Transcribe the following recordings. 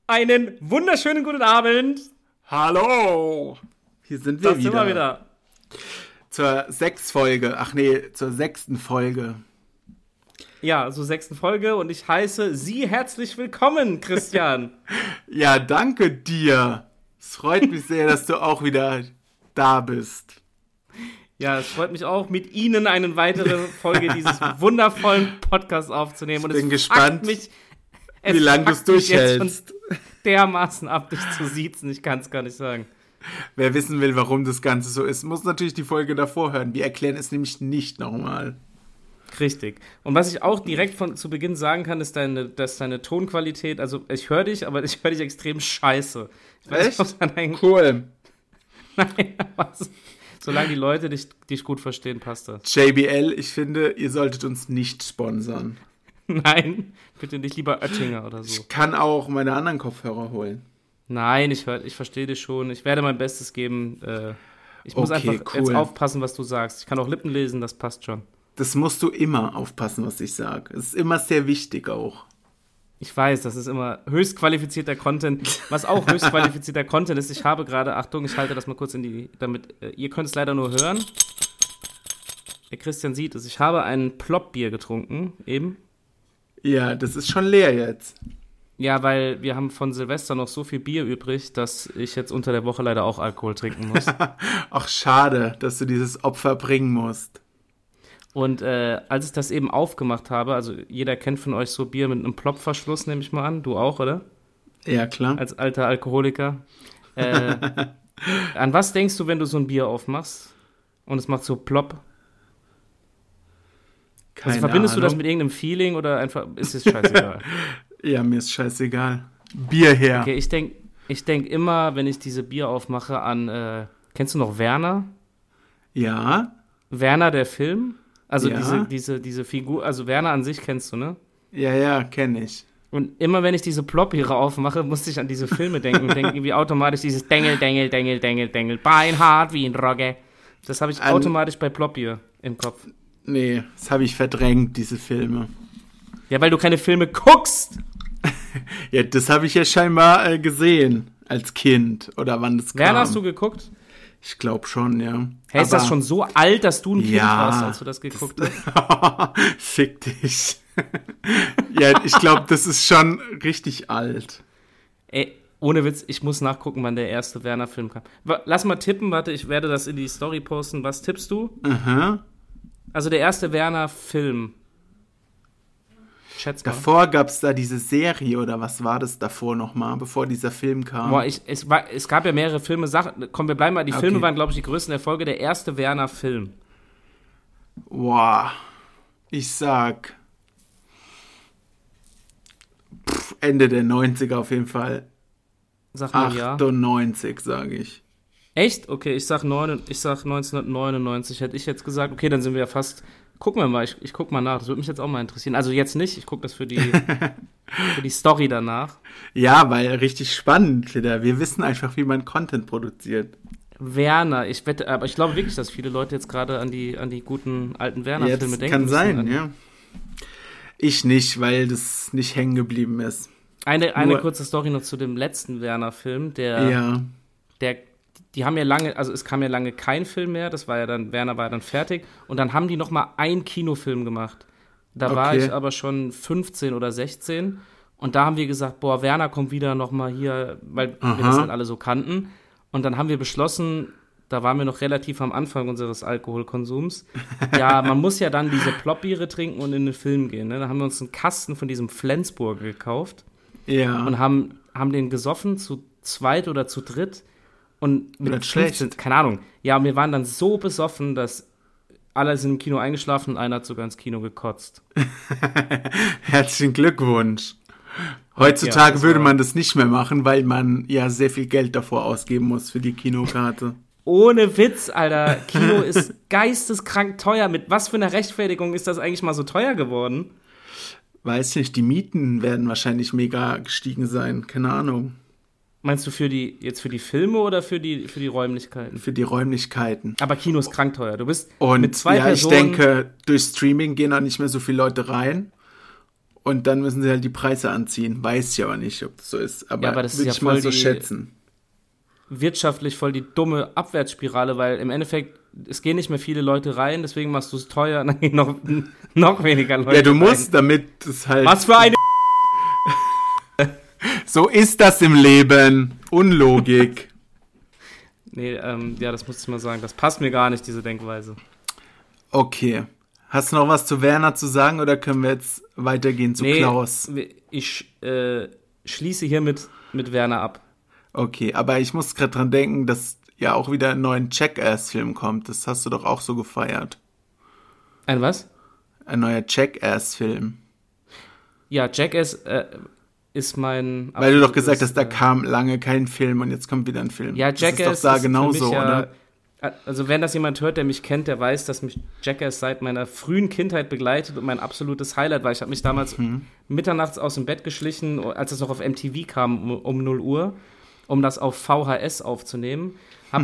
Einen wunderschönen guten Abend. Hallo. Hier sind wir wieder. Zur sechsten Folge. Ja, zur 6. Folge und ich heiße Sie herzlich willkommen, Christian. Ja, danke dir. Es freut mich sehr, dass du auch wieder da bist. Ja, es freut mich auch, mit Ihnen eine weitere Folge dieses wundervollen Podcasts aufzunehmen. Ich bin gespannt, wie lange du es durchhältst. Dermaßen ab, dich zu siezen, ich kann es gar nicht sagen. Wer wissen will, warum das Ganze so ist, muss natürlich die Folge davor hören. Wir erklären es nämlich nicht nochmal. Richtig. Und was ich auch direkt zu Beginn sagen kann, ist, dass deine Tonqualität, also ich höre dich, aber ich höre dich extrem scheiße. Ich weiß echt? Nicht, cool. Nein, solange die Leute dich gut verstehen, passt das. JBL, ich finde, ihr solltet uns nicht sponsern. Nein, bitte nicht, lieber Oettinger oder so. Ich kann auch meine anderen Kopfhörer holen. Nein, ich verstehe dich schon. Ich werde mein Bestes geben. Ich muss einfach jetzt aufpassen, was du sagst. Ich kann auch Lippen lesen, das passt schon. Das musst du immer aufpassen, was ich sage. Es ist immer sehr wichtig auch. Ich weiß, das ist immer höchst qualifizierter Content. Was auch höchst qualifizierter Content ist, ich habe gerade, Achtung, ich halte das mal kurz damit, ihr könnt es leider nur hören. Der Christian sieht es. Ich habe ein Plop-Bier getrunken, eben. Ja, das ist schon leer jetzt. Ja, weil wir haben von Silvester noch so viel Bier übrig, dass ich jetzt unter der Woche leider auch Alkohol trinken muss. Ach, schade, dass du dieses Opfer bringen musst. Und als ich das eben aufgemacht habe, also jeder kennt von euch so Bier mit einem Plopverschluss, nehme ich mal an. Du auch, oder? Ja, klar. Als alter Alkoholiker. An was denkst du, wenn du so ein Bier aufmachst und es macht so Plop? Keine also verbindest Ahnung. Du das mit irgendeinem Feeling oder einfach ist es scheißegal? Ja, mir ist scheißegal. Bier her. Okay, ich denk immer, wenn ich diese Bier aufmache, an, kennst du noch Werner? Ja. Werner, der Film? Also ja. diese Figur, also Werner an sich kennst du, ne? Ja, kenne ich. Und immer wenn ich diese Plop-Biere aufmache, musste ich an diese Filme denken und denke irgendwie automatisch dieses Dengel, Beinhard wie ein Rogge. Das habe ich automatisch bei Plop-Bier im Kopf. Nee, das habe ich verdrängt, diese Filme. Ja, weil du keine Filme guckst. Ja, das habe ich ja scheinbar gesehen als Kind oder wann das kam. Werner, hast du geguckt? Ich glaube schon, ja. Hey, ist das schon so alt, dass du ein Kind warst, als du das geguckt hast? Fick dich. Ja, ich glaube, das ist schon richtig alt. Ey, ohne Witz, ich muss nachgucken, wann der erste Werner-Film kam. Lass mal tippen, warte, ich werde das in die Story posten. Was tippst du? Aha. Also der erste Werner-Film. Schätz mal. Davor gab es da diese Serie oder was war das davor nochmal, bevor dieser Film kam? Boah, es gab ja mehrere Filme. Komm, wir bleiben mal. Die Filme waren, glaube ich, die größten Erfolge. Der erste Werner-Film. Boah, ich sag Ende der 90er auf jeden Fall. Sag mal 98, sage ich. Echt? Okay, ich sag 1999, hätte ich jetzt gesagt. Okay, dann sind wir ja fast... Gucken wir mal, ich guck mal nach. Das würde mich jetzt auch mal interessieren. Also jetzt nicht, ich gucke das für die Story danach. Ja, weil richtig spannend, Litter. Wir wissen einfach, wie man Content produziert. Werner, ich wette, aber ich glaube wirklich, dass viele Leute jetzt gerade an die guten alten Werner-Filme denken. Kann sein, ja. Ich nicht, weil das nicht hängen geblieben ist. Eine kurze Story noch zu dem letzten Werner-Film, die haben ja lange, also es kam ja lange kein Film mehr, Werner war ja dann fertig und dann haben die noch mal einen Kinofilm gemacht. Da war ich aber schon 15 oder 16 und da haben wir gesagt, boah, Werner kommt wieder noch mal hier, weil wir das halt alle so kannten und dann haben wir beschlossen, da waren wir noch relativ am Anfang unseres Alkoholkonsums, ja, man muss ja dann diese Plop-Biere trinken und in den Film gehen, ne? Da haben wir uns einen Kasten von diesem Flensburger gekauft und haben den gesoffen zu zweit oder zu dritt. Und mit 15, keine Ahnung. Ja, wir waren dann so besoffen, dass alle sind im Kino eingeschlafen und einer hat sogar ins Kino gekotzt. Herzlichen Glückwunsch. Heutzutage würde man das nicht mehr machen, weil man ja sehr viel Geld davor ausgeben muss für die Kinokarte. Ohne Witz, Alter. Kino ist geisteskrank teuer. Mit was für einer Rechtfertigung ist das eigentlich mal so teuer geworden? Weiß nicht, die Mieten werden wahrscheinlich mega gestiegen sein. Keine Ahnung. Meinst du für die Filme oder für die Räumlichkeiten? Für die Räumlichkeiten. Aber Kino ist krank teuer. Du bist und mit zwei Personen... ich denke, durch Streaming gehen auch nicht mehr so viele Leute rein. Und dann müssen sie halt die Preise anziehen. Weiß ich aber nicht, ob das so ist. Aber das ist ja ich mal voll so schätzen. Wirtschaftlich voll die dumme Abwärtsspirale, weil im Endeffekt, es gehen nicht mehr viele Leute rein, deswegen machst du es teuer und dann gehen noch weniger Leute rein. Ja, du musst, damit es halt... Was für eine... So ist das im Leben. Unlogik. Nee, das muss ich mal sagen. Das passt mir gar nicht, diese Denkweise. Okay. Hast du noch was zu Werner zu sagen oder können wir jetzt weitergehen zu Klaus? Ich schließe hiermit mit Werner ab. Okay, aber ich muss gerade dran denken, dass ja auch wieder ein neuer Jackass-Film kommt. Das hast du doch auch so gefeiert. Ein was? Ein neuer Jackass-Film. Ja, Jackass ist mein... Weil du doch gesagt hast, da kam lange kein Film und jetzt kommt wieder ein Film. Ja, Jackass das ist doch da genauso, oder? Also wenn das jemand hört, der mich kennt, der weiß, dass mich Jackass seit meiner frühen Kindheit begleitet und mein absolutes Highlight war. Ich habe mich damals mitternachts aus dem Bett geschlichen, als es noch auf MTV kam, um 0 Uhr, um das auf VHS aufzunehmen. Habe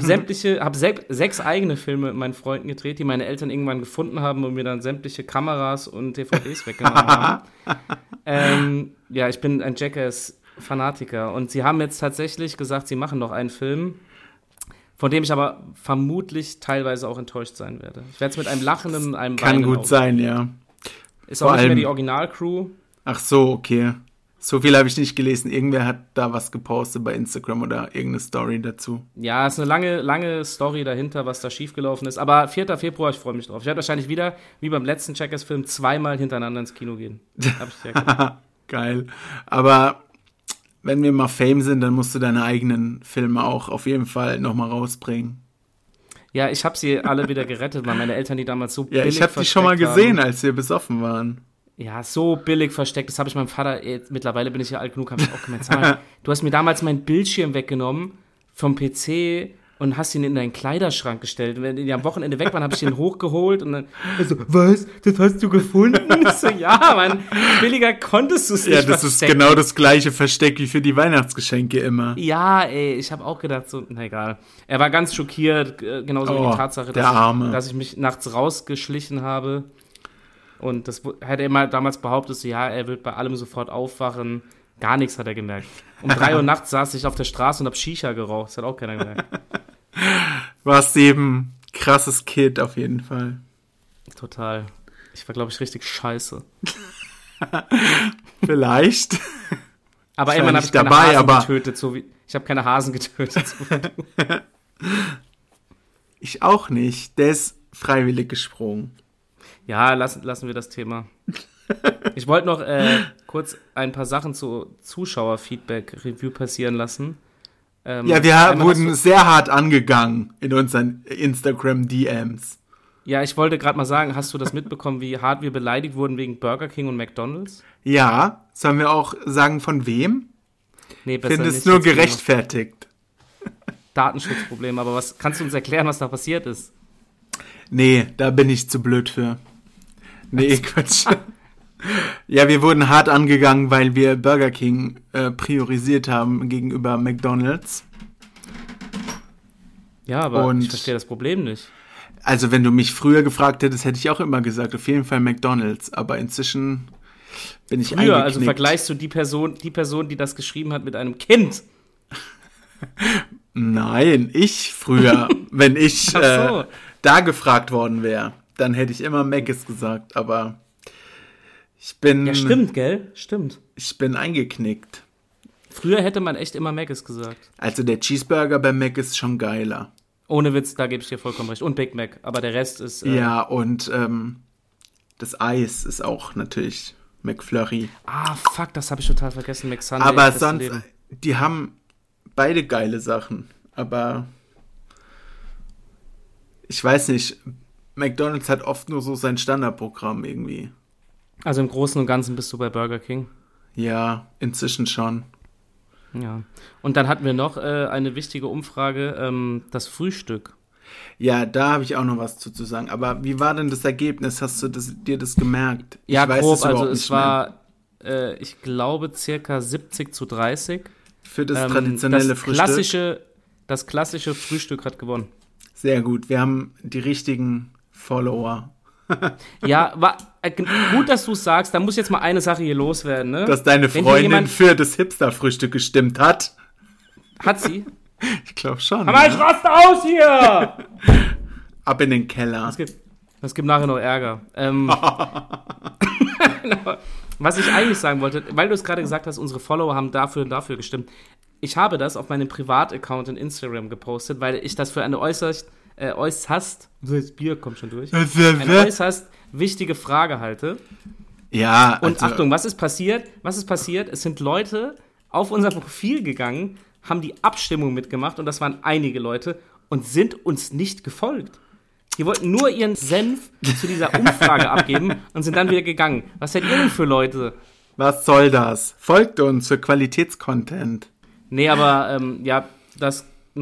6 eigene Filme mit meinen Freunden gedreht, die meine Eltern irgendwann gefunden haben und mir dann sämtliche Kameras und DVDs weggenommen haben. Ich bin ein Jackass-Fanatiker. Und sie haben jetzt tatsächlich gesagt, sie machen noch einen Film, von dem ich aber vermutlich teilweise auch enttäuscht sein werde. Ich werde es mit einem lachenden und einem Kann gut sein, ja. Ist auch nicht mehr die Originalcrew. Ach so, okay. So viel habe ich nicht gelesen. Irgendwer hat da was gepostet bei Instagram oder irgendeine Story dazu. Ja, ist eine lange Story dahinter, was da schiefgelaufen ist. Aber 4. Februar, ich freue mich drauf. Ich werde wahrscheinlich wieder, wie beim letzten Jackass-Film, 2-mal hintereinander ins Kino gehen. Hab ich ja Geil. Aber wenn wir mal Fame sind, dann musst du deine eigenen Filme auch auf jeden Fall nochmal rausbringen. Ja, ich habe sie alle wieder gerettet, weil meine Eltern die damals so billig versteckt haben. Ja, ich habe die schon mal gesehen, als wir besoffen waren. Ja, so billig versteckt. Das habe ich meinem Vater, mittlerweile bin ich ja alt genug, habe ich auch gemeint, sag mal, du hast mir damals meinen Bildschirm weggenommen vom PC und hast ihn in deinen Kleiderschrank gestellt. Und wenn die am Wochenende weg waren, habe ich den hochgeholt und dann so, was? Das hast du gefunden? Ich so, ja, Mann, billiger konntest du es nicht verstecken. Ja, das ist genau das gleiche Versteck wie für die Weihnachtsgeschenke immer. Ja, ich habe auch gedacht, so, na egal. Er war ganz schockiert, genauso wie die Tatsache, dass ich mich nachts rausgeschlichen habe. Und das hat er immer damals behauptet, so, ja, er wird bei allem sofort aufwachen. Gar nichts hat er gemerkt. Um 3 Uhr nachts saß ich auf der Straße und hab Shisha geraucht. Das hat auch keiner gemerkt. Warst eben krasses Kid auf jeden Fall. Total. Ich war, glaube ich, richtig scheiße. Vielleicht. Aber immerhin habe ich keine Hasen getötet. Ich habe keine Hasen getötet. So wie du. Ich auch nicht. Der ist freiwillig gesprungen. Ja, lassen wir das Thema. Ich wollte noch kurz ein paar Sachen zu Zuschauerfeedback-Review passieren lassen. Ja, wir wurden sehr hart angegangen in unseren Instagram-DMs. Ja, ich wollte gerade mal sagen, hast du das mitbekommen, wie hart wir beleidigt wurden wegen Burger King und McDonald's? Ja, sollen wir auch sagen, von wem? Nee, besser nicht. Ich finde es nicht, nur gerechtfertigt. Datenschutzproblem, aber kannst du uns erklären, was da passiert ist? Nee, da bin ich zu blöd für. Nee, Quatsch. Ja, wir wurden hart angegangen, weil wir Burger King priorisiert haben gegenüber McDonald's. Ja, aber ich verstehe das Problem nicht. Also, wenn du mich früher gefragt hättest, hätte ich auch immer gesagt, auf jeden Fall McDonald's. Aber inzwischen bin ich eingeknickt. Also vergleichst du die Person, die das geschrieben hat, mit einem Kind? Nein, ich früher. Wenn ich da gefragt worden wäre, dann hätte ich immer Mc's gesagt, aber ich bin... Ja, stimmt, gell? Stimmt. Ich bin eingeknickt. Früher hätte man echt immer Mc's gesagt. Also der Cheeseburger bei Mac ist schon geiler. Ohne Witz, da gebe ich dir vollkommen recht. Und Big Mac, aber der Rest ist... Ja, und das Eis ist auch natürlich McFlurry. Ah, fuck, das habe ich total vergessen. McSunday. Aber sonst, die haben beide geile Sachen, aber ich weiß nicht, McDonald's hat oft nur so sein Standardprogramm irgendwie. Also im Großen und Ganzen bist du bei Burger King? Ja, inzwischen schon. Ja. Und dann hatten wir noch eine wichtige Umfrage, das Frühstück. Ja, da habe ich auch noch was zu sagen. Aber wie war denn das Ergebnis? Hast du dir das gemerkt? Ja, ich weiß grob, es überhaupt also es nicht war, ich glaube, circa 70-30. Für das traditionelle Frühstück? Das klassische Frühstück hat gewonnen. Sehr gut. Wir haben die richtigen Follower. Ja, gut, dass du es sagst. Da muss jetzt mal eine Sache hier loswerden, ne? Dass deine Freundin für das Hipster-Frühstück gestimmt hat. Hat sie? Ich glaube schon. Aber ich raste aus hier! Ab in den Keller. Das gibt nachher noch Ärger. Was ich eigentlich sagen wollte, weil du es gerade gesagt hast, unsere Follower haben dafür und dafür gestimmt. Ich habe das auf meinem Privataccount in Instagram gepostet, weil ich das für eine äußerst, das Bier kommt schon durch, eine äußerst wichtige Frage halte. Ja. Und Achtung, was ist passiert? Es sind Leute auf unser Profil gegangen, haben die Abstimmung mitgemacht und das waren einige Leute und sind uns nicht gefolgt. Die wollten nur ihren Senf zu dieser Umfrage abgeben und sind dann wieder gegangen. Was seid ihr denn für Leute? Was soll das? Folgt uns für Qualitätscontent. Nee, aber das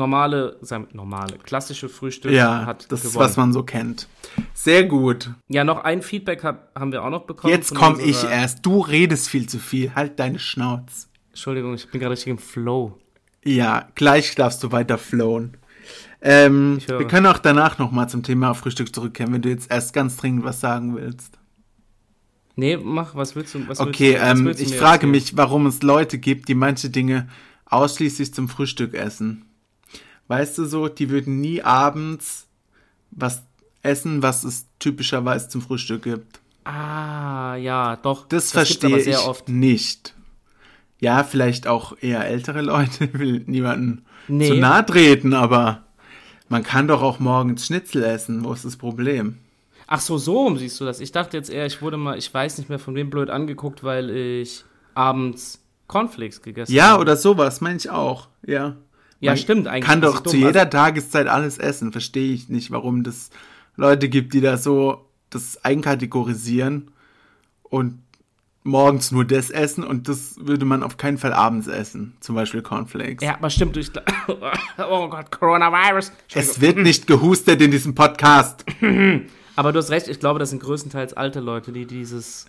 klassische Frühstück hat das gewonnen. ist, was man so kennt. Sehr gut. Ja, noch ein Feedback haben wir auch noch bekommen. Jetzt komme ich erst. Du redest viel zu viel. Halt deine Schnauze. Entschuldigung, ich bin gerade richtig im Flow. Ja, gleich darfst du weiter flowen. Wir können auch danach nochmal zum Thema Frühstück zurückkehren, wenn du jetzt erst ganz dringend was sagen willst. Nee, mach, was willst du? Ich frage mich, warum es Leute gibt, die manche Dinge ausschließlich zum Frühstück essen. Weißt du so, die würden nie abends was essen, was es typischerweise zum Frühstück gibt. Ah, ja, doch. Das verstehe ich sehr oft nicht. Ja, vielleicht auch eher ältere Leute, will niemanden zu nahe treten, aber man kann doch auch morgens Schnitzel essen. Wo ist das Problem? Ach so siehst du das. Ich dachte jetzt eher, ich weiß nicht mehr von wem blöd angeguckt, weil ich abends Cornflakes gegessen habe. Ja, oder sowas, meine ich auch, ja. Ja, man stimmt eigentlich. Kann doch zu jeder Tageszeit alles essen. Verstehe ich nicht, warum das Leute gibt, die da so das einkategorisieren und morgens nur das essen und das würde man auf keinen Fall abends essen. Zum Beispiel Cornflakes. Ja, aber stimmt. Oh Gott, Coronavirus. Es wird nicht gehustet in diesem Podcast. Aber du hast recht, ich glaube, das sind größtenteils alte Leute, die dieses...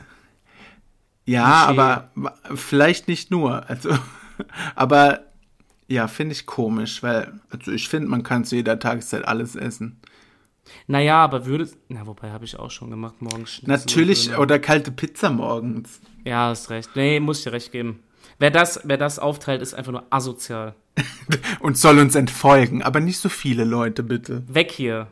Ja, Klischee. Aber vielleicht nicht nur. Also, aber ja, finde ich komisch, weil ich finde, man kann zu jeder Tageszeit alles essen. Naja, aber wobei habe ich auch schon gemacht morgens. Natürlich, oder kalte Pizza morgens. Ja, hast recht. Nee, muss ich dir recht geben. Wer das aufteilt, ist einfach nur asozial. Und soll uns entfolgen, aber nicht so viele Leute, bitte. Weg hier.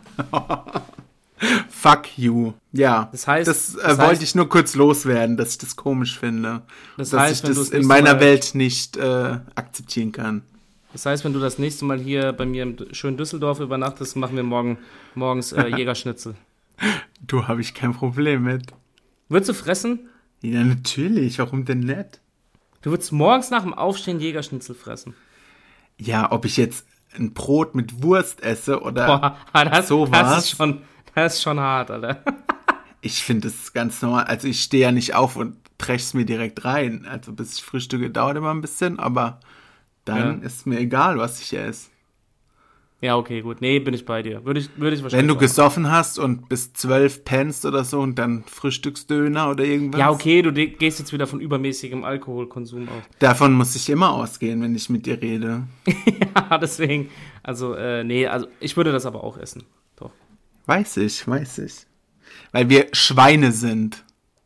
Fuck you. Ja, das wollte ich nur kurz loswerden, dass ich das komisch finde. Dass ich das in meiner Welt nicht akzeptieren kann. Das heißt, wenn du das nächste Mal hier bei mir im schönen Düsseldorf übernachtest, machen wir morgens Jägerschnitzel. Du, habe ich kein Problem mit. Würdest du fressen? Ja, natürlich. Warum denn nicht? Du würdest morgens nach dem Aufstehen Jägerschnitzel fressen? Ja, ob ich jetzt ein Brot mit Wurst esse oder sowas. Das ist schon hart, Alter. Ich finde das ganz normal. Also ich stehe ja nicht auf und brech's mir direkt rein. Also bis ich frühstücke, dauert immer ein bisschen, aber dann ist mir egal, was ich esse. Ja, okay, gut. Nee, bin ich bei dir. Würde ich wahrscheinlich. Wenn du gesoffen hast und bis 12 pennst oder so und dann Frühstücksdöner oder irgendwas. Ja, okay, du gehst jetzt wieder von übermäßigem Alkoholkonsum aus. Davon muss ich immer ausgehen, wenn ich mit dir rede. Ja, deswegen. Also, ich würde das aber auch essen. Doch. Weiß ich. Weil wir Schweine sind.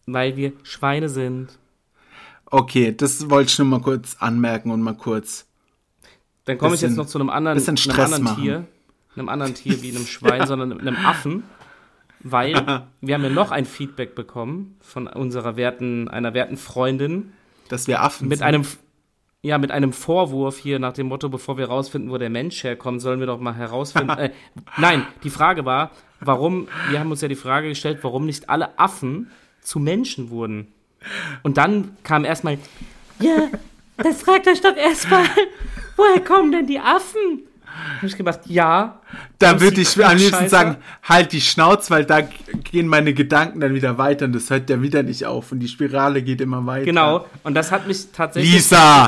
Okay, das wollte ich nur mal kurz anmerken und mal kurz. Dann komme ich jetzt noch zu einem anderen Tier wie einem Schwein, sondern einem Affen, weil wir haben ja noch ein Feedback bekommen von einer werten Freundin, dass wir Affen mit einem Vorwurf hier nach dem Motto, bevor wir rausfinden, wo der Mensch herkommt, sollen wir doch mal herausfinden. Nein, die Frage war, wir haben uns ja die Frage gestellt, warum nicht alle Affen zu Menschen wurden. Und dann kam erstmal, ja, dann fragt euch doch erstmal, woher kommen denn die Affen? Hab ich gedacht, ja. Da würde ich am liebsten sagen, halt die Schnauze, weil da gehen meine Gedanken dann wieder weiter und das hört ja wieder nicht auf und die Spirale geht immer weiter. Genau, und das hat mich tatsächlich Lisa!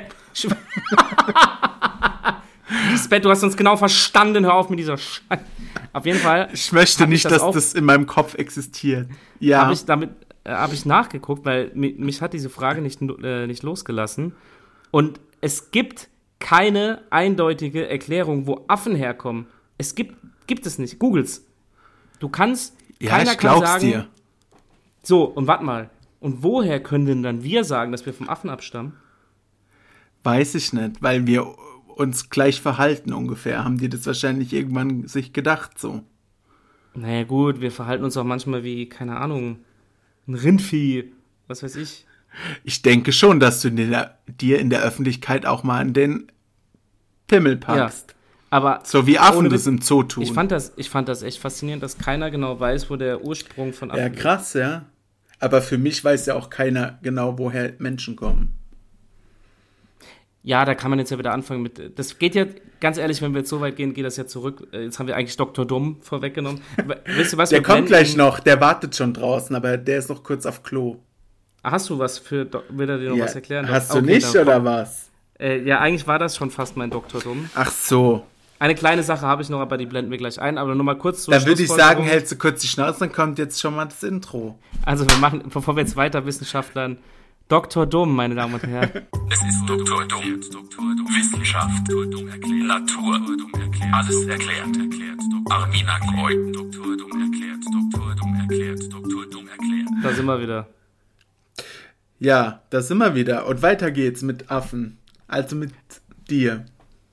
Lisbeth, du hast uns genau verstanden, hör auf mit dieser Scheiße. Auf jeden Fall. Ich möchte nicht, dass das in meinem Kopf existiert. Ja. Habe ich nachgeguckt, weil mich hat diese Frage nicht losgelassen. Und es gibt keine eindeutige Erklärung, wo Affen herkommen. Es gibt es nicht. Googles. Du kannst Ja, Keiner ich glaub's kann sagen, dir. So, und warte mal. Und woher können denn dann wir sagen, dass wir vom Affen abstammen? Weiß ich nicht, weil wir uns gleich verhalten ungefähr. Haben die das wahrscheinlich irgendwann sich gedacht so. Naja gut, wir verhalten uns auch manchmal wie, keine Ahnung, ein Rindvieh, was weiß ich. Ich denke schon, dass du dir in der Öffentlichkeit auch mal an den Pimmel packst. Ja, aber so wie Affen ohne das im Zoo tun. Ich fand das echt faszinierend, dass keiner genau weiß, wo der Ursprung von Affen Ja, krass, ja. Aber für mich weiß ja auch keiner genau, woher Menschen kommen. Ja, da kann man jetzt ja wieder anfangen mit. Das geht ja, ganz ehrlich, wenn wir jetzt so weit gehen, geht das ja zurück. Jetzt haben wir eigentlich Dr. Dumm vorweggenommen. Wisst ihr was? Der kommt gleich noch, der wartet schon draußen, aber der ist noch kurz auf Klo. Hast du was für. Will er dir noch was erklären? Hast du nicht, oder was? Ja, eigentlich war das schon fast mein Dr. Dumm. Ach so. Eine kleine Sache habe ich noch, aber die blenden wir gleich ein. Aber nur mal kurz Dann würde ich sagen, hältst du kurz die Schnauze, dann kommt jetzt schon mal das Intro. Also wir machen, bevor wir jetzt weiter Wissenschaftlern, Dr. Dumm, meine Damen und Herren. Es ist Dr. Dumm. Wissenschaft, Natur, alles erklärt. Armina Kreuz, Dr. Dumm erklärt. Da sind wir wieder. Ja, da sind wir wieder. Und weiter geht's mit Affen. Also mit dir.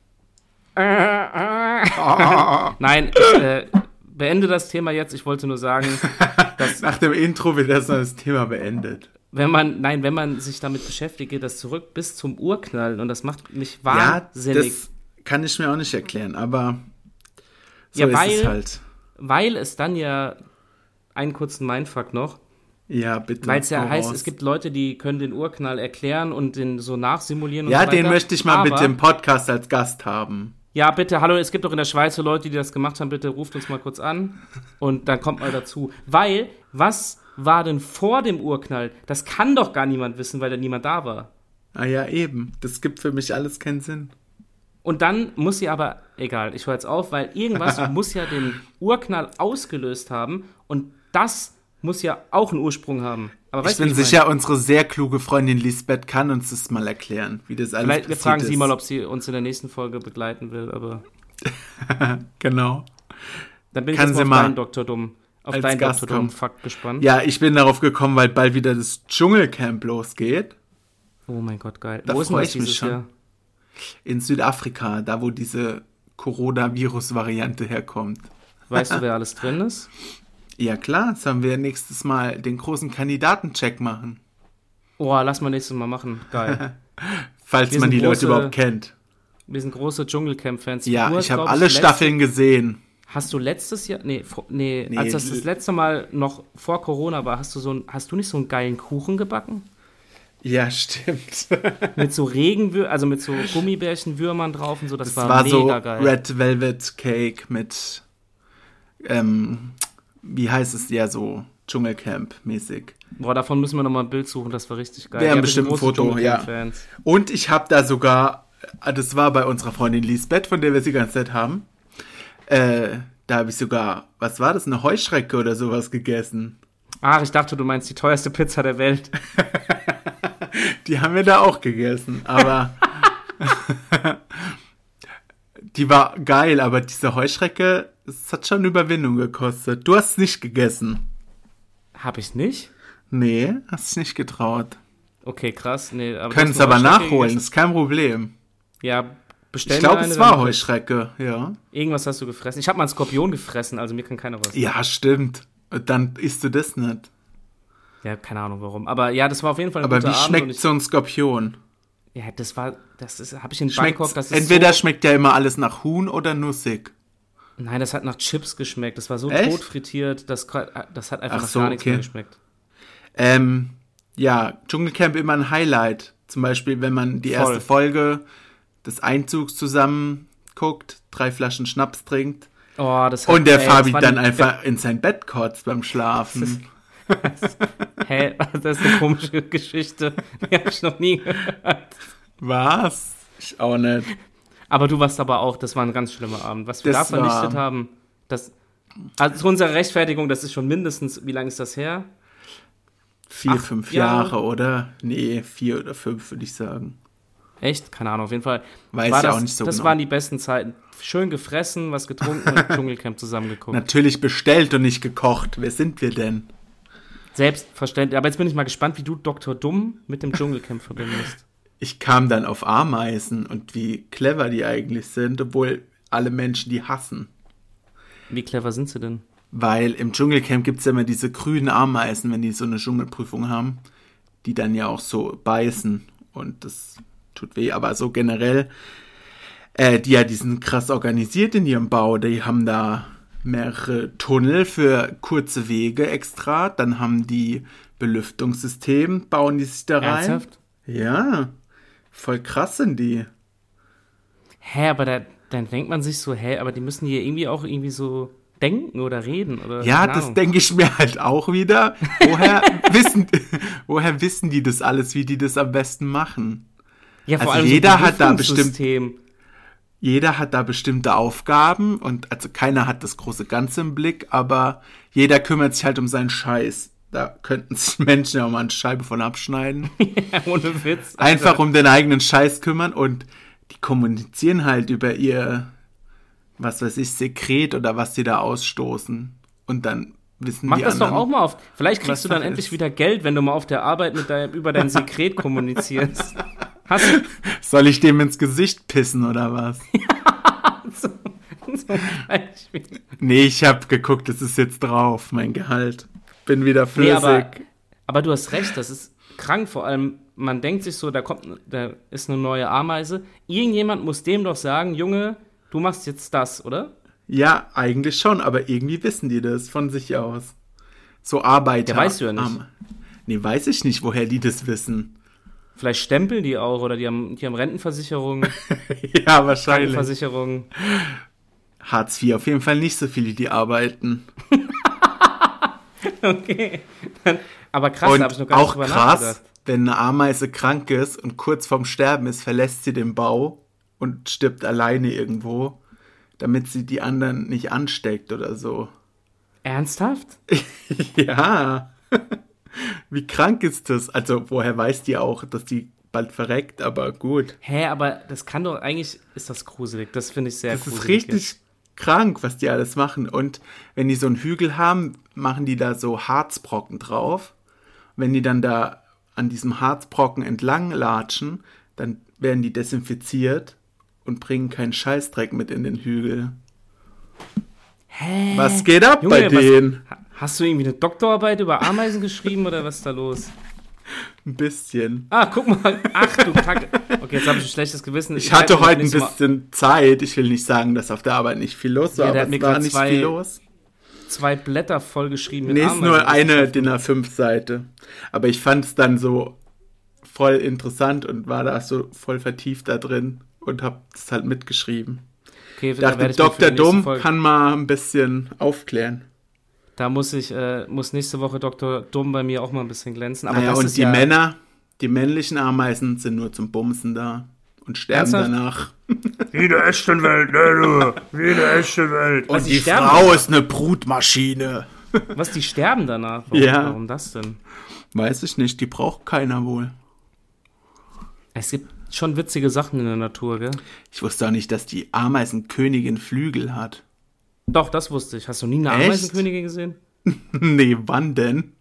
Nein, ich beende das Thema jetzt. Ich wollte nur sagen, dass nach dem Intro wird das Thema beendet. Wenn man sich damit beschäftigt, geht das zurück bis zum Urknall und das macht mich wahnsinnig. Ja, das kann ich mir auch nicht erklären, aber so ja, ist es halt. Weil es dann ja einen kurzen Mindfuck noch. Ja, bitte. Weil es ja heißt, es gibt Leute, die können den Urknall erklären und den so nachsimulieren und ja, so weiter. Den möchte ich mal bitte im Podcast als Gast haben. Ja, bitte, hallo, es gibt doch in der Schweiz so Leute, die das gemacht haben, bitte ruft uns mal kurz an und dann kommt mal dazu. Weil, was war denn vor dem Urknall? Das kann doch gar niemand wissen, weil da niemand da war. Ah ja, eben. Das gibt für mich alles keinen Sinn. Und dann muss sie aber, egal, ich höre jetzt auf, weil irgendwas muss ja den Urknall ausgelöst haben und das muss ja auch einen Ursprung haben. Aber ich bin sicher, unsere sehr kluge Freundin Lisbeth kann uns das mal erklären, wie das alles passiert ist. Wir fragen sie mal, ob sie uns in der nächsten Folge begleiten will, aber... Genau. Dann bin ich jetzt mal auf deinen Dr. Dumm. Auf deinen Dr. Dumm-Fakt gespannt. Ja, ich bin darauf gekommen, weil bald wieder das Dschungelcamp losgeht. Oh mein Gott, geil. Da freue ich mich schon. Jahr? In Südafrika, da wo diese Coronavirus-Variante herkommt. Weißt du, wer alles drin ist? Ja klar, sollen wir nächstes Mal den großen Kandidatencheck machen. Oh, lass mal nächstes Mal machen. Geil. Falls man die Leute überhaupt kennt. Wir sind große Dschungelcamp-Fans. Ja, ich habe alle Staffeln gesehen. Hast du letztes Jahr, nee, als das letzte Mal noch vor Corona war, hast du nicht so einen geilen Kuchen gebacken? Ja, stimmt. Mit so also mit so Gummibärchenwürmern drauf und so, das war mega so geil. Red Velvet Cake mit, wie heißt es, ja, so Dschungelcamp-mäßig. Boah, davon müssen wir nochmal ein Bild suchen, das war richtig geil. Wäre bestimmt ein Foto, ja. Und ich habe da sogar, das war bei unserer Freundin Lisbeth, von der wir sie die ganze Zeit haben, da habe ich sogar, was war das, eine Heuschrecke oder sowas gegessen. Ach, ich dachte, du meinst die teuerste Pizza der Welt. Die haben wir da auch gegessen, aber die war geil, aber diese Heuschrecke, es hat schon eine Überwindung gekostet. Du hast es nicht gegessen. Hab ich nicht? Nee, hast es nicht getraut. Okay, krass. Nee, können es aber nachholen, gegessen? Ist kein Problem. Ja, bestellen. Ich glaube, es war Heuschrecke, ja. Irgendwas hast du gefressen. Ich habe mal einen Skorpion gefressen, also mir kann keiner was. Ja, stimmt. Dann isst du das nicht. Ja, keine Ahnung warum. Aber ja, das war auf jeden Fall ein guter Abend. Aber wie schmeckt so ein Skorpion? Ja, habe ich in Bangkok, das ist entweder schmeckt ja immer alles nach Huhn oder nussig. Nein, das hat nach Chips geschmeckt. Das war so echt? Tot frittiert, das hat einfach nach gar nichts mehr geschmeckt. Ja, Dschungelcamp immer ein Highlight. Zum Beispiel, wenn man die erste Folge des Einzugs zusammen guckt, 3 Flaschen Schnaps trinkt. Oh, und der Fabi dann einfach in sein Bett kotzt beim Schlafen. Hä? Das ist eine komische Geschichte. Die habe ich noch nie gehört. Was? Ich auch nicht. Aber du warst aber auch, das war ein ganz schlimmer Abend. Was wir da vernichtet haben, also zu unserer Rechtfertigung, das ist schon mindestens, wie lange ist das her? 4, 5 Jahre, oder? Nee, 4 oder 5 würde ich sagen. Echt? Keine Ahnung, auf jeden Fall. Weiß war ja das, auch nicht so das genau. waren die besten Zeiten. Schön gefressen, was getrunken und Dschungelcamp zusammengeguckt. Natürlich bestellt und nicht gekocht. Wer sind wir denn? Selbstverständlich. Aber jetzt bin ich mal gespannt, wie du Dr. Dumm mit dem Dschungelcamp verbindest. Ich kam dann auf Ameisen und wie clever die eigentlich sind, obwohl alle Menschen die hassen. Wie clever sind sie denn? Weil im Dschungelcamp gibt es ja immer diese grünen Ameisen, wenn die so eine Dschungelprüfung haben, die dann ja auch so beißen und das tut weh. Aber so generell, die sind krass organisiert in ihrem Bau. Die haben da mehrere Tunnel für kurze Wege extra. Dann haben die Belüftungssystem, bauen die sich da rein. Ernsthaft? Ja, voll krass sind die. Aber dann denkt man sich so, aber die müssen hier irgendwie so denken oder reden. Oder, Ja, das denke ich mir halt auch wieder. Woher wissen die das alles, wie die das am besten machen? Ja, vor Also allem jeder hat da bestimmte Aufgaben und also keiner hat das große Ganze im Blick, aber jeder kümmert sich halt um seinen Scheiß. Da könnten sich Menschen ja auch mal eine Scheibe von abschneiden. Ja, ohne Witz. Einfach um den eigenen Scheiß kümmern und die kommunizieren halt über ihr, was weiß ich, Sekret oder was die da ausstoßen. Und dann wissen Mach die das anderen, doch auch mal auf. Vielleicht kriegst was du dann Sache endlich ist. wieder Geld, wenn du mal auf der Arbeit über dein Sekret kommunizierst. Soll ich dem ins Gesicht pissen oder was? Zum Beispiel. Nee, ich hab geguckt, es ist jetzt drauf, mein Gehalt. Bin wieder flüssig. Nee, aber du hast recht, das ist krank. Vor allem, man denkt sich so, da ist eine neue Ameise. Irgendjemand muss dem doch sagen, Junge, du machst jetzt das, oder? Ja, eigentlich schon, aber irgendwie wissen die das von sich aus. So Arbeiter. Ja, weißt du ja nicht. Nee, weiß ich nicht, woher die das wissen. Vielleicht stempeln die auch oder die haben Rentenversicherung, Ja, wahrscheinlich. Krankenversicherung. Hartz IV auf jeden Fall nicht so viele, die arbeiten. Okay. Aber krass, da habe ich noch gar nicht auch drüber krass, nachgedacht. wenn eine Ameise krank ist und kurz vorm Sterben ist, verlässt sie den Bau und stirbt alleine irgendwo, damit sie die anderen nicht ansteckt oder so. Ernsthaft? Ja. Wie krank ist das? Also, woher weiß die auch, dass die bald verreckt, aber gut. Aber das kann doch, eigentlich ist das gruselig. Das finde ich sehr Das gruselig. ist richtig krank, was die alles machen. Und wenn die so einen Hügel haben, machen die da so Harzbrocken drauf. Wenn die dann da an diesem Harzbrocken entlang latschen, dann werden die desinfiziert und bringen keinen Scheißdreck mit in den Hügel. Was geht ab Junge, bei denen? Hast du irgendwie eine Doktorarbeit über Ameisen geschrieben oder was ist da los? Ein bisschen. Guck mal. Ach du Kacke. Okay, jetzt habe ich ein schlechtes Gewissen. Ich hatte weiß, heute ein nächstes Mal bisschen Zeit. Ich will nicht sagen, dass auf der Arbeit nicht viel los war, Ja, der aber hat mir es war grad nicht zwei viel los. 2 Blätter vollgeschrieben mit Nee, ist Ameisen. nur eine DIN A5-Seite. Aber ich fand es dann so voll interessant und war da so voll vertieft da drin und hab das halt mitgeschrieben. Okay, Ich dachte, Dr. Dumm kann mal ein bisschen aufklären. Da muss nächste Woche Dr. Dumm bei mir auch mal ein bisschen glänzen. Aber Naja, das und ist die ja, Männer, die männlichen Ameisen sind nur zum Bumsen da und sterben Ernsthaft? danach. Wie in der echten Welt, ne, du? Wie in der echten Welt. Und die die sterben Frau danach? ist eine Brutmaschine. Was, die sterben danach? Warum, Ja. Warum das denn? Weiß ich nicht, die braucht keiner wohl. Es gibt schon witzige Sachen in der Natur, gell? Ich wusste auch nicht, dass die Ameisenkönigin Flügel hat. Doch, das wusste ich. Hast du nie eine Echt? Ameisenkönigin gesehen? Nee, wann denn?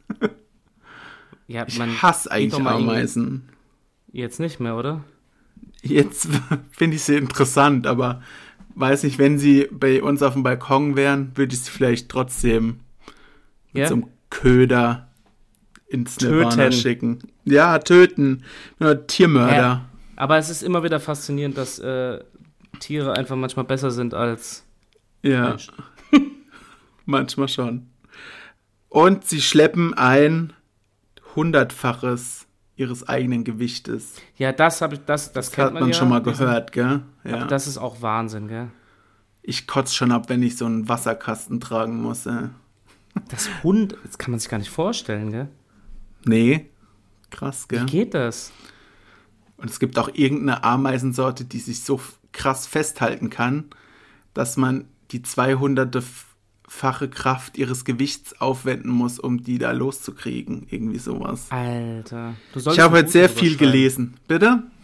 Ja, Ich man hasse sieht eigentlich doch mal irgendwie- Ameisen. Jetzt nicht mehr, oder? Jetzt finde ich sie interessant, aber weiß nicht, wenn sie bei uns auf dem Balkon wären, würde ich sie vielleicht trotzdem mit Ja? so einem Köder ins Nirvana Töten. schicken. Ja, töten. Nur Tiermörder. Ja. Aber es ist immer wieder faszinierend, dass Tiere einfach manchmal besser sind als Ja, Menschen. manchmal schon. Und sie schleppen ein 100-faches ihres eigenen Gewichtes. Ja, das kennt Hat man ja, schon mal diesen- gehört, gell? Ja. Aber das ist auch Wahnsinn, gell? Ich kotze schon ab, wenn ich so einen Wasserkasten tragen muss. Das kann man sich gar nicht vorstellen, gell? Nee, krass, gell? Wie geht das? Und es gibt auch irgendeine Ameisensorte, die sich so krass festhalten kann, dass man die 200-fache Kraft ihres Gewichts aufwenden muss, um die da loszukriegen. Irgendwie sowas. Alter. Ich habe heute sehr viel gelesen. Bitte?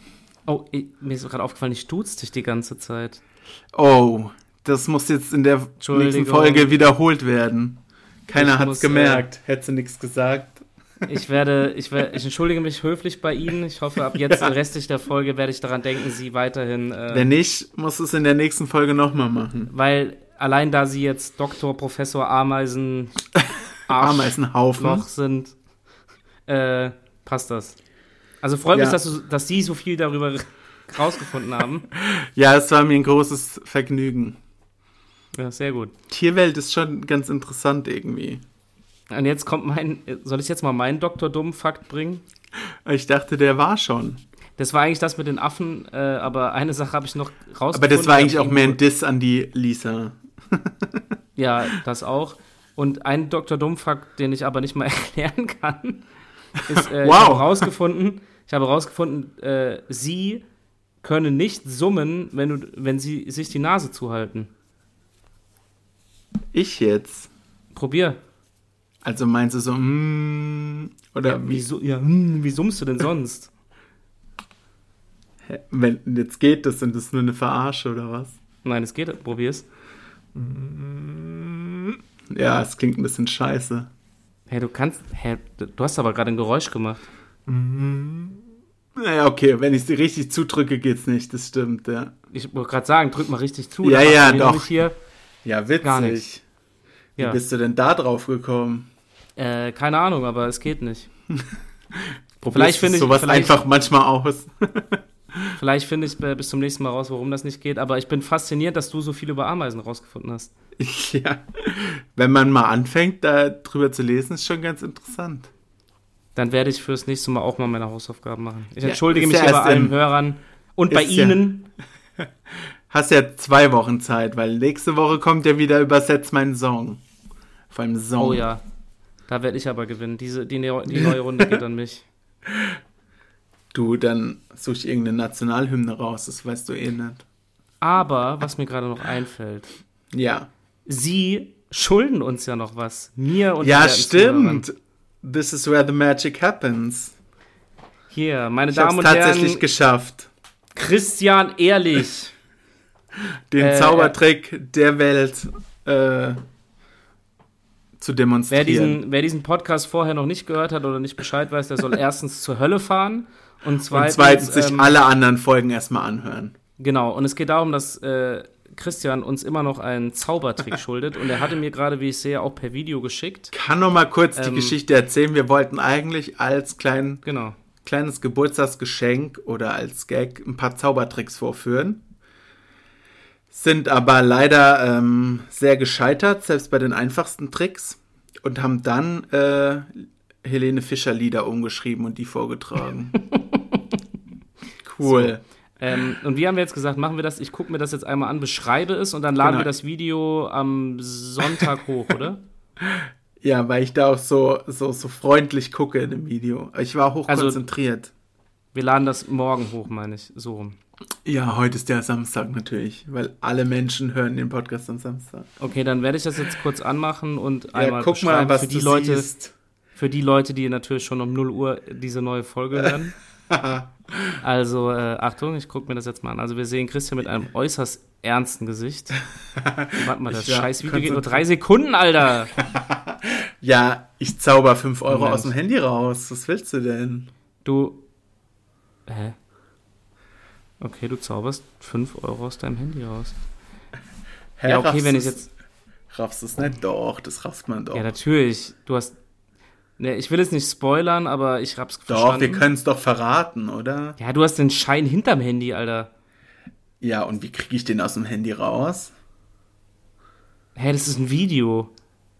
Oh, mir ist gerade aufgefallen, ich duze dich die ganze Zeit. Oh, das muss jetzt in der nächsten Folge wiederholt werden. Keiner hat's gemerkt. Hättest du nichts gesagt. Ich entschuldige mich höflich bei Ihnen. Ich hoffe, ab jetzt den Rest der Folge werde ich daran denken, Sie weiterhin... Wenn nicht, muss es in der nächsten Folge nochmal machen. Weil allein da Sie jetzt Doktor, Professor, Ameisenhaufen noch sind, passt das. Also freut mich, dass Sie so viel darüber rausgefunden haben. Ja, es war mir ein großes Vergnügen. Ja, sehr gut. Tierwelt ist schon ganz interessant irgendwie. Und jetzt kommt soll ich jetzt mal meinen Dr. Dumm-Fakt bringen? Ich dachte, der war schon. Das war eigentlich das mit den Affen, aber eine Sache habe ich noch rausgefunden. Aber das war eigentlich auch mehr ein Diss an die Lisa. Ja, das auch. Und ein Dr. Dumm-Fakt, den ich aber nicht mal erklären kann, ist, wow. Ich habe herausgefunden, sie können nicht summen, wenn sie sich die Nase zuhalten. Ich jetzt? Probier. Also meinst du so, oder ja, wie summst du denn sonst? Wenn jetzt geht das, sind das nur eine Verarsche oder was? Nein, es geht, probier's. Ja, es klingt ein bisschen scheiße. Du hast aber gerade ein Geräusch gemacht. Naja, okay, wenn ich sie richtig zudrücke, geht's nicht, das stimmt, ja. Ich wollte gerade sagen, drück mal richtig zu. Ja, doch. Hier ja, witzig. Gar nicht. Wie bist du denn da drauf gekommen? Keine Ahnung, aber es geht nicht. Vielleicht finde ich sowas einfach manchmal aus. Vielleicht finde ich bis zum nächsten Mal raus, warum das nicht geht. Aber ich bin fasziniert, dass du so viel über Ameisen rausgefunden hast. Ja, wenn man mal anfängt, darüber zu lesen, ist schon ganz interessant. Dann werde ich fürs nächste Mal auch mal meine Hausaufgaben machen. Ich entschuldige mich hier bei allen Hörern und bei Ihnen. Hast ja 2 Wochen Zeit, weil nächste Woche kommt ja wieder Übersetz meinen Song. Vor allem Song. Oh ja, da werde ich aber gewinnen. Die neue Runde geht an mich. Du, dann suche ich irgendeine Nationalhymne raus, das weißt du eh nicht. Aber, was mir gerade noch einfällt. Ja. Sie schulden uns ja noch was. Mir und ja, stimmt. This is where the magic happens. Hier, meine Damen und Herren. Ich habe es tatsächlich geschafft. Christian Ehrlich. Den Zaubertrick der Welt zu demonstrieren. Wer diesen Podcast vorher noch nicht gehört hat oder nicht Bescheid weiß, der soll erstens zur Hölle fahren und zweitens sich alle anderen Folgen erstmal anhören. Genau, und es geht darum, dass Christian uns immer noch einen Zaubertrick schuldet und er hatte mir gerade, wie ich sehe, auch per Video geschickt. Kann noch mal kurz die Geschichte erzählen. Wir wollten eigentlich als kleines Geburtstagsgeschenk oder als Gag ein paar Zaubertricks vorführen. Sind aber leider sehr gescheitert, selbst bei den einfachsten Tricks. Und haben dann Helene Fischer Lieder umgeschrieben und die vorgetragen. Cool. So. Und wie haben wir jetzt gesagt, machen wir das, ich gucke mir das jetzt einmal an, beschreibe es und dann laden wir das Video am Sonntag hoch, oder? Ja, weil ich da auch so freundlich gucke in dem Video. Ich war hochkonzentriert. Wir laden das morgen hoch, meine ich, so rum. Ja, heute ist der Samstag natürlich, weil alle Menschen hören den Podcast am Samstag. Okay, dann werde ich das jetzt kurz anmachen und einmal guck mal, was du siehst. Für die Leute, die natürlich schon um 0 Uhr diese neue Folge hören. Also, Achtung, ich gucke mir das jetzt mal an. Also wir sehen Christian mit einem äußerst ernsten Gesicht. Warte mal, das scheiß Video geht nur 3 Sekunden, Alter. Ja, ich zauber 5 Euro aus dem Handy raus. Was willst du denn? Okay, du zauberst 5 Euro aus deinem Handy raus. Hä, ja, okay, wenn ich jetzt... Raffst du es nicht? Doch, das rafft man doch. Ja, natürlich. Du hast... Ne, ich will jetzt nicht spoilern, aber ich hab's verstanden. Doch, wir können es doch verraten, oder? Ja, du hast den Schein hinterm Handy, Alter. Ja, und wie kriege ich den aus dem Handy raus? Das ist ein Video.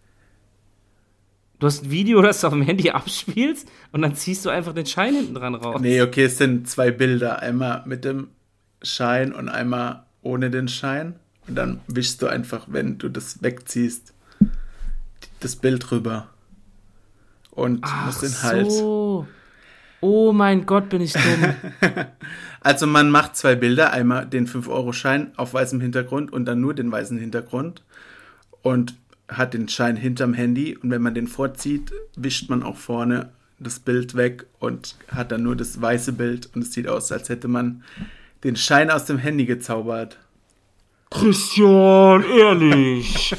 Du hast ein Video, das du auf dem Handy abspielst und dann ziehst du einfach den Schein hinten dran raus. Nee, okay, es sind 2 Bilder. Einmal mit dem Schein und einmal ohne den Schein. Und dann wischst du einfach, wenn du das wegziehst, das Bild rüber. Und musst den halt. Oh mein Gott, bin ich dumm. Also man macht 2 Bilder, einmal den 5-Euro-Schein auf weißem Hintergrund und dann nur den weißen Hintergrund und hat den Schein hinterm Handy und wenn man den vorzieht, wischt man auch vorne das Bild weg und hat dann nur das weiße Bild und es sieht aus, als hätte man den Schein aus dem Handy gezaubert. Christian, ehrlich.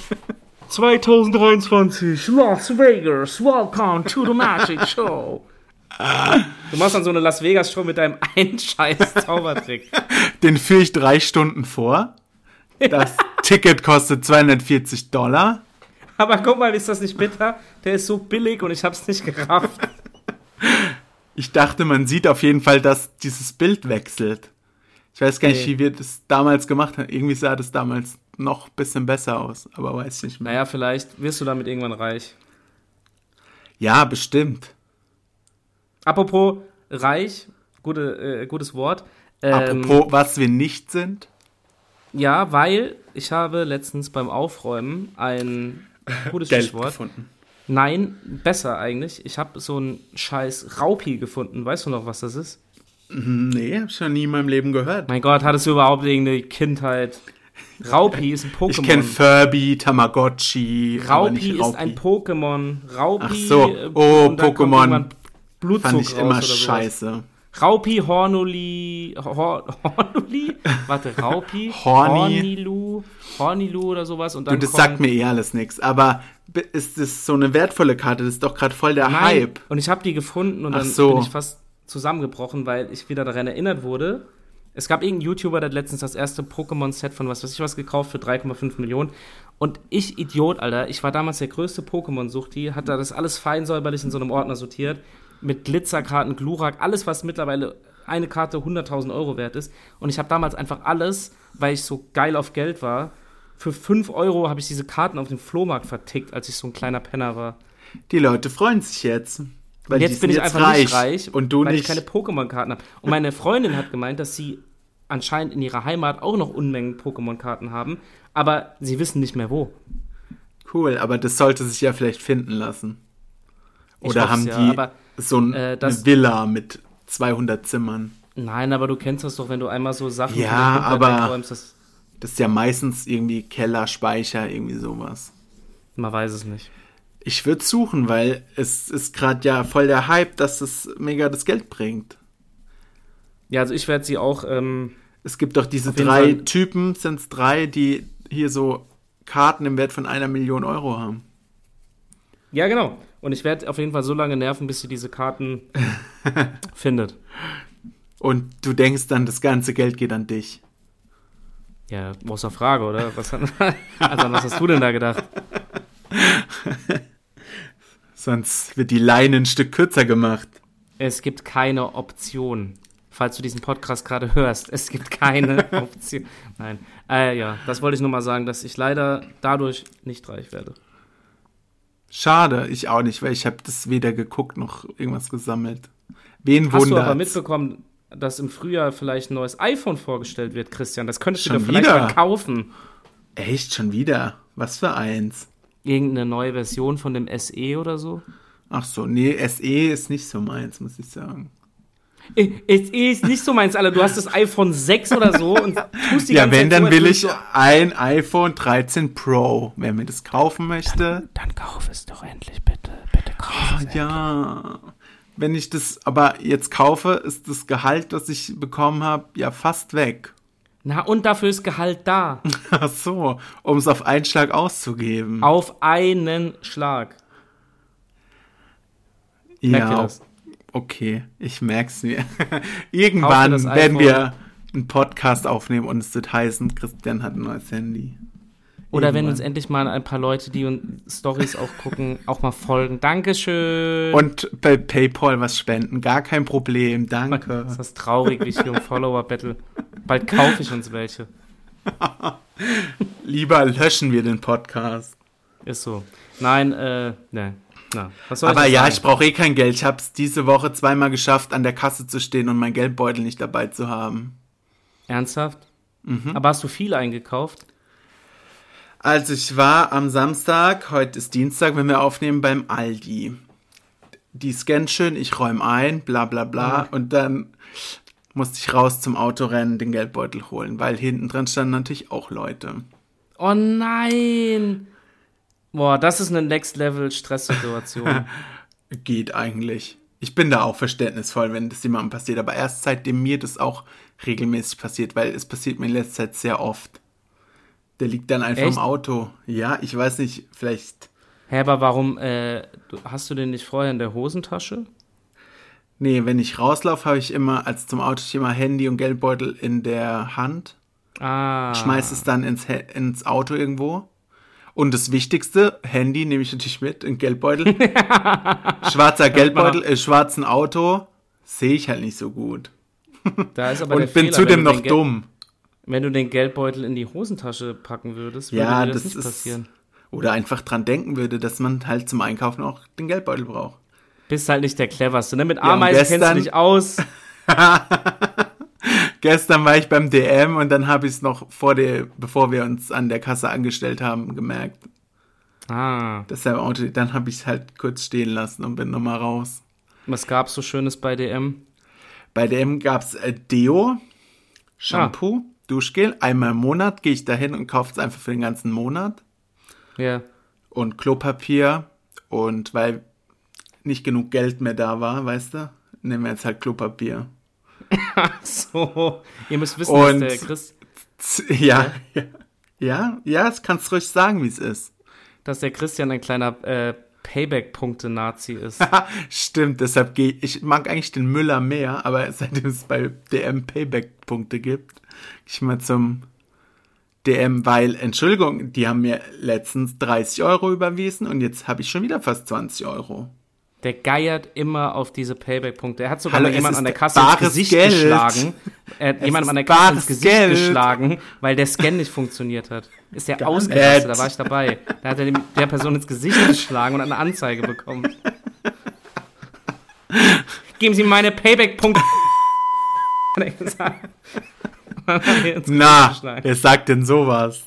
2023, Las Vegas, welcome to the Magic Show. Du machst dann so eine Las Vegas Show mit deinem einen scheiß Zaubertrick. Den führe ich 3 Stunden vor. Das Ticket kostet $240. Aber guck mal, ist das nicht bitter? Der ist so billig und ich hab's nicht gerafft. Ich dachte, man sieht auf jeden Fall, dass dieses Bild wechselt. Ich weiß gar nicht, wie wir das damals gemacht haben. Irgendwie sah das damals noch ein bisschen besser aus, aber weiß nicht mehr. Naja, vielleicht wirst du damit irgendwann reich. Ja, bestimmt. Apropos reich, gutes Wort. Apropos, was wir nicht sind. Ja, weil ich habe letztens beim Aufräumen ein gutes Geld Stichwort gefunden. Nein, besser eigentlich. Ich habe so einen scheiß Raupi gefunden. Weißt du noch, was das ist? Nee, hab ich noch nie in meinem Leben gehört. Mein Gott, hattest du überhaupt irgendeine Kindheit? Raupi ist ein Pokémon. Ich kenne Furby, Tamagotchi. Raupi ist ein Pokémon. Raupi. Ach so, Pokémon. Blutzug fand ich immer raus oder scheiße. Sowas. Raupi, Hornuli. Hornuli? Warte, Raupi? Hornilu oder sowas. Und dann das sagt mir alles nichts. Aber ist das so eine wertvolle Karte? Das ist doch gerade voll der Hype. Und ich habe die gefunden und dann bin ich fast zusammengebrochen, weil ich wieder daran erinnert wurde. Es gab irgendeinen YouTuber, der hat letztens das erste Pokémon-Set von was weiß ich was gekauft für 3,5 Millionen. Und ich, Idiot, Alter, ich war damals der größte Pokémon-Suchti, hat da das alles fein säuberlich in so einem Ordner sortiert, mit Glitzerkarten, Glurak, alles, was mittlerweile eine Karte 100.000 Euro wert ist. Und ich habe damals einfach alles, weil ich so geil auf Geld war, für 5 Euro habe ich diese Karten auf dem Flohmarkt vertickt, als ich so ein kleiner Penner war. Die Leute freuen sich jetzt. Weil jetzt bin ich einfach nicht reich, und du weil nicht. Ich keine Pokémon-Karten habe. Und meine Freundin hat gemeint, dass sie anscheinend in ihrer Heimat auch noch Unmengen Pokémon-Karten haben, aber sie wissen nicht mehr wo. Cool, aber das sollte sich ja vielleicht finden lassen. Oder haben die so eine Villa mit 200 Zimmern? Nein, aber du kennst das doch, wenn du einmal so Sachen wegräumst. Das ist ja meistens irgendwie Keller, Speicher, irgendwie sowas. Man weiß es nicht. Ich würde suchen, weil es ist gerade ja voll der Hype, dass es mega das Geld bringt. Ja, also ich werde sie auch... es gibt doch diese 3 Typen, sind es 3, die hier so Karten im Wert von 1 Million Euro haben. Ja, genau. Und ich werde auf jeden Fall so lange nerven, bis sie diese Karten findet. Und du denkst dann, das ganze Geld geht an dich. Ja, außer Frage, oder? Was hast du denn da gedacht? Sonst wird die Leine ein Stück kürzer gemacht. Es gibt keine Option. Falls du diesen Podcast gerade hörst, es gibt keine Option. Nein. Ja, das wollte ich nur mal sagen, dass ich leider dadurch nicht reich werde. Schade, ich auch nicht, weil ich habe das weder geguckt noch irgendwas gesammelt. Wen wundert's? Hast du aber mitbekommen, dass im Frühjahr vielleicht ein neues iPhone vorgestellt wird, Christian? Das könntest du dir vielleicht mal kaufen. Echt? Schon wieder? Was für eins? Irgendeine neue Version von dem SE oder so? Ach so, nee, SE ist nicht so meins, muss ich sagen. SE ist nicht so meins, Alter. Du hast das iPhone 6 oder so und tust die ja, ganze wenn, Zeit dann so, will ich ein iPhone 13 Pro. Wer mir das kaufen möchte. Dann kauf es doch endlich, bitte. Bitte kauf es. Ja. Wenn ich das aber jetzt kaufe, ist das Gehalt, das ich bekommen habe, ja fast weg. Na, und dafür ist Gehalt da. Ach so, um es auf einen Schlag auszugeben. Auf einen Schlag. Merkt ihr das? Okay, ich merk's mir. Irgendwann werden wir einen Podcast aufnehmen und es wird heißen, Christian hat ein neues Handy. Oder wenn uns endlich mal ein paar Leute, die uns Storys auch gucken, auch mal folgen. Dankeschön. Und bei PayPal was spenden, gar kein Problem, danke. Das ist traurig, wie ich hier um Follower battle. Bald kaufe ich uns welche. Lieber löschen wir den Podcast. Ist so. Nein, ne. Na, was soll aber ich ja, sagen? ich brauche eh kein Geld. Ich habe es diese Woche 2-mal geschafft, an der Kasse zu stehen und mein Geldbeutel nicht dabei zu haben. Ernsthaft? Mhm. Aber hast du viel eingekauft? Also ich war am Samstag, heute ist Dienstag, wenn wir aufnehmen, beim Aldi. Die scannt schön, ich räume ein, bla bla bla. Und dann musste ich raus zum Auto rennen, den Geldbeutel holen, weil hinten dran standen natürlich auch Leute. Oh nein! Boah, das ist eine Next-Level-Stresssituation. Geht eigentlich. Ich bin da auch verständnisvoll, wenn das jemandem passiert, aber erst seitdem mir das auch regelmäßig passiert, weil es passiert mir in letzter Zeit sehr oft. Der liegt dann einfach im Auto. Ja, ich weiß nicht, vielleicht... Hä, aber warum, hast du den nicht vorher in der Hosentasche? Nee, wenn ich rauslaufe, habe ich immer, als zum Auto immer Handy und Geldbeutel in der Hand. Schmeiß es dann ins Auto irgendwo. Und das Wichtigste, Handy nehme ich natürlich mit, in Geldbeutel. Schwarzer Geldbeutel, schwarzen Auto, sehe ich halt nicht so gut. Da ist aber und der bin Fehler, zudem noch dumm. Wenn du den Geldbeutel in die Hosentasche packen würdest, würde dir das nicht passieren. Oder einfach dran denken würde, dass man halt zum Einkaufen auch den Geldbeutel braucht. Bist halt nicht der Cleverste, ne? Mit Ameisen kennst du dich aus. Gestern war ich beim DM und dann habe ich es noch bevor wir uns an der Kasse angestellt haben, gemerkt. Deshalb Auto, dann habe ich es halt kurz stehen lassen und bin nochmal raus. Was gab's so Schönes bei DM? Bei DM gab's Deo, Shampoo, Duschgel. Einmal im Monat gehe ich da hin und kaufe es einfach für den ganzen Monat. Ja. Und Klopapier. Und weil nicht genug Geld mehr da war, weißt du, nehmen wir jetzt halt Klopapier. Ach so, ihr müsst wissen, dass der Chris... Ja, das kannst du ruhig sagen, wie es ist. Dass der Christian ein kleiner Payback-Punkte-Nazi ist. Stimmt, deshalb ich mag eigentlich den Müller mehr, aber seitdem es bei DM Payback-Punkte gibt, gehe ich mal zum DM, weil, Entschuldigung, die haben mir letztens 30 € überwiesen und jetzt habe ich schon wieder fast 20 €. Der geiert immer auf diese Payback-Punkte. Er hat sogar mal jemanden an der Kasse ins Gesicht geschlagen. Er hat jemandem an der Kasse ins Gesicht geschlagen, weil der Scan nicht funktioniert hat. Ist der ausgerastet, da war ich dabei. Da hat er der Person ins Gesicht geschlagen und eine Anzeige bekommen. Geben Sie meine Payback-Punkte. Na, wer sagt denn sowas?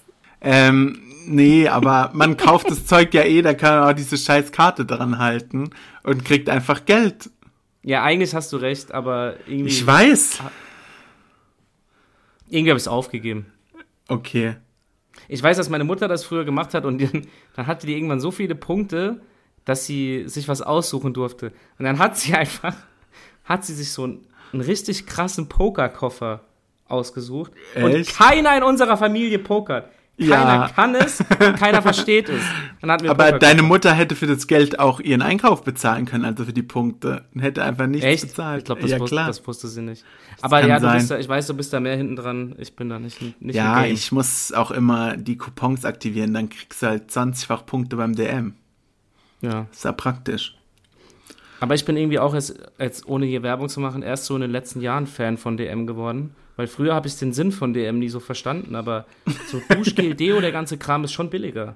Nee, aber man kauft das Zeug ja da kann man auch diese scheiß Karte dran halten und kriegt einfach Geld. Ja, eigentlich hast du recht, aber irgendwie... Ich weiß. Irgendwie habe ich es aufgegeben. Okay. Ich weiß, dass meine Mutter das früher gemacht hat und dann hatte die irgendwann so viele Punkte, dass sie sich was aussuchen durfte. Und dann hat sie sich so einen richtig krassen Pokerkoffer ausgesucht. Echt? Und keiner in unserer Familie pokert. Keiner kann es, keiner versteht es. Aber deine Mutter hätte für das Geld auch ihren Einkauf bezahlen können, also für die Punkte. Und hätte einfach nichts bezahlt. Ich glaube, das wusste sie nicht. Aber ja, ich weiß, du bist da mehr hinten dran. Ich bin da nicht ja, ich muss auch immer die Coupons aktivieren. Dann kriegst du halt 20-fach Punkte beim DM. Ja. Ist ja praktisch. Aber ich bin irgendwie auch jetzt ohne hier Werbung zu machen, erst so in den letzten Jahren Fan von DM geworden. Weil früher habe ich den Sinn von DM nie so verstanden, aber so Duschgel, Deo, der ganze Kram ist schon billiger.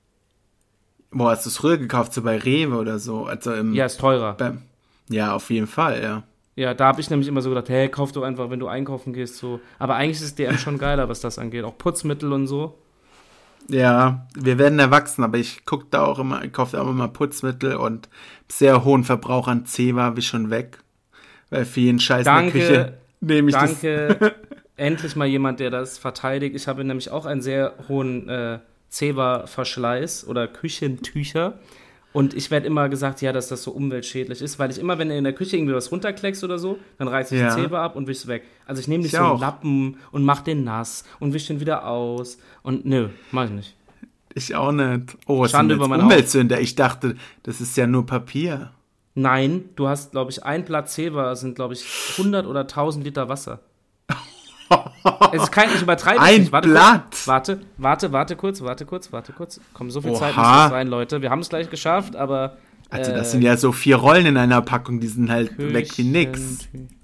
Boah, hast du es früher gekauft, so bei Rewe oder so? Also ja, ist teurer. Ja, auf jeden Fall, ja. Ja, da habe ich nämlich immer so gedacht, hey, kauf doch einfach, wenn du einkaufen gehst, so. Aber eigentlich ist DM schon geiler, was das angeht. Auch Putzmittel und so. Ja, wir werden erwachsen, aber ich kaufe da auch immer Putzmittel und sehr hohen Verbrauch an Zewa wie schon weg. Weil für jeden Scheiß in der Küche nehme ich Danke, endlich mal jemand, der das verteidigt. Ich habe nämlich auch einen sehr hohen Zewa-Verschleiß oder Küchentücher. Und ich werde immer gesagt, ja, dass das so umweltschädlich ist, weil ich immer, wenn du in der Küche irgendwie was runterkleckst oder so, dann reiß ich die Zewa ab und wisch's weg. Also ich nehme nicht so einen Lappen und mach den nass und wisch den wieder aus. Und nö, mach ich nicht. Ich auch nicht. Oh, es Schande sind über meine Umweltsünder. Ich dachte, das ist ja nur Papier. Nein, du hast, glaube ich, ein Blatt Zewa sind, glaube ich, 100 oder 1000 Liter Wasser. Es ist ich übertreibe ein nicht. Blatt? Warte kurz. Komm, so viel Zeit muss das sein, Leute. Wir haben es gleich geschafft, aber... Also das sind ja so 4 Rollen in einer Packung, die sind halt weg wie nix.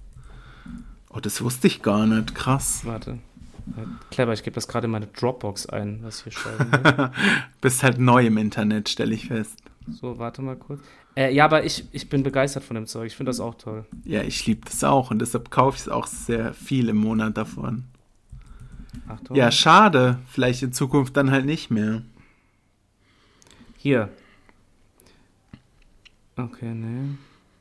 Oh, das wusste ich gar nicht. Krass. Warte. Clever, ich gebe das gerade in meine Dropbox ein, was hier schreiben will. Bist halt neu im Internet, stelle ich fest. So, warte mal kurz. Ja, aber ich bin begeistert von dem Zeug. Ich finde das auch toll. Ja, ich liebe das auch und deshalb kaufe ich es auch sehr viel im Monat davon. Achtung. Ja, schade. Vielleicht in Zukunft dann halt nicht mehr. Hier. Okay, nee.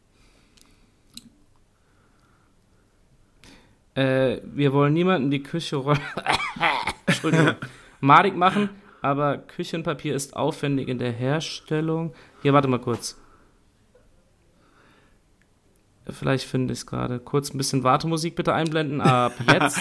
Wir wollen niemanden die Küche Entschuldigung. madig machen, aber Küchenpapier ist aufwendig in der Herstellung. Hier, warte mal kurz. Vielleicht finde ich es gerade. Kurz ein bisschen Wartemusik bitte einblenden. Ab jetzt.